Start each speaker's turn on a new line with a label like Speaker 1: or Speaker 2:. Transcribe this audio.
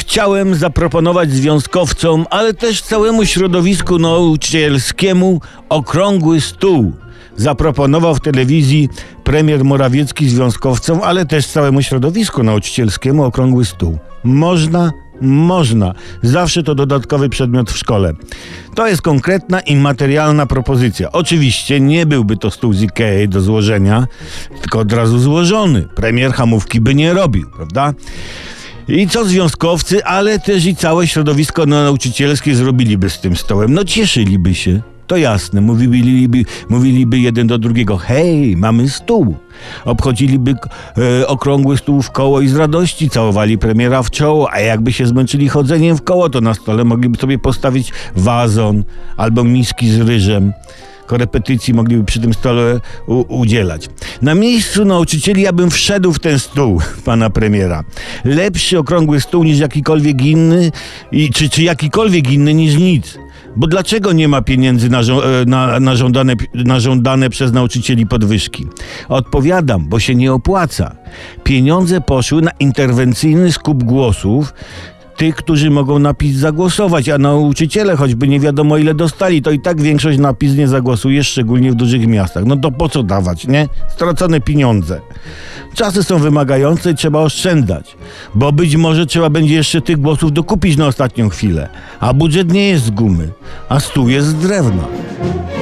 Speaker 1: Chciałem zaproponować związkowcom, ale też całemu środowisku nauczycielskiemu okrągły stół. Zaproponował w telewizji premier Morawiecki związkowcom, ale też całemu środowisku nauczycielskiemu okrągły stół. Można. Zawsze to dodatkowy przedmiot w szkole. To jest konkretna i materialna propozycja. Oczywiście nie byłby to stół z Ikei do złożenia, tylko od razu złożony. Premier hamówki by nie robił, prawda? I co związkowcy, ale też i całe środowisko nauczycielskie zrobiliby z tym stołem? Cieszyliby się. To jasne, mówiliby jeden do drugiego: hej, mamy stół. Obchodziliby okrągły stół w koło i z radości całowali premiera w czoło, a jakby się zmęczyli chodzeniem w koło, to na stole mogliby sobie postawić wazon albo miski z ryżem. Korepetycji mogliby przy tym stole udzielać. Na miejscu nauczycieli ja bym wszedł w ten stół pana premiera. Lepszy okrągły stół niż jakikolwiek inny, czy jakikolwiek inny niż nic. Bo dlaczego nie ma pieniędzy na żądane przez nauczycieli podwyżki? Odpowiadam, bo się nie opłaca. Pieniądze poszły na interwencyjny skup głosów tych, którzy mogą na PiS zagłosować, a nauczyciele, choćby nie wiadomo ile dostali, to i tak większość na PiS nie zagłosuje, szczególnie w dużych miastach. To po co dawać, nie? Stracone pieniądze. Czasy są wymagające i trzeba oszczędzać, bo być może trzeba będzie jeszcze tych głosów dokupić na ostatnią chwilę, a budżet nie jest z gumy, a stół jest z drewna.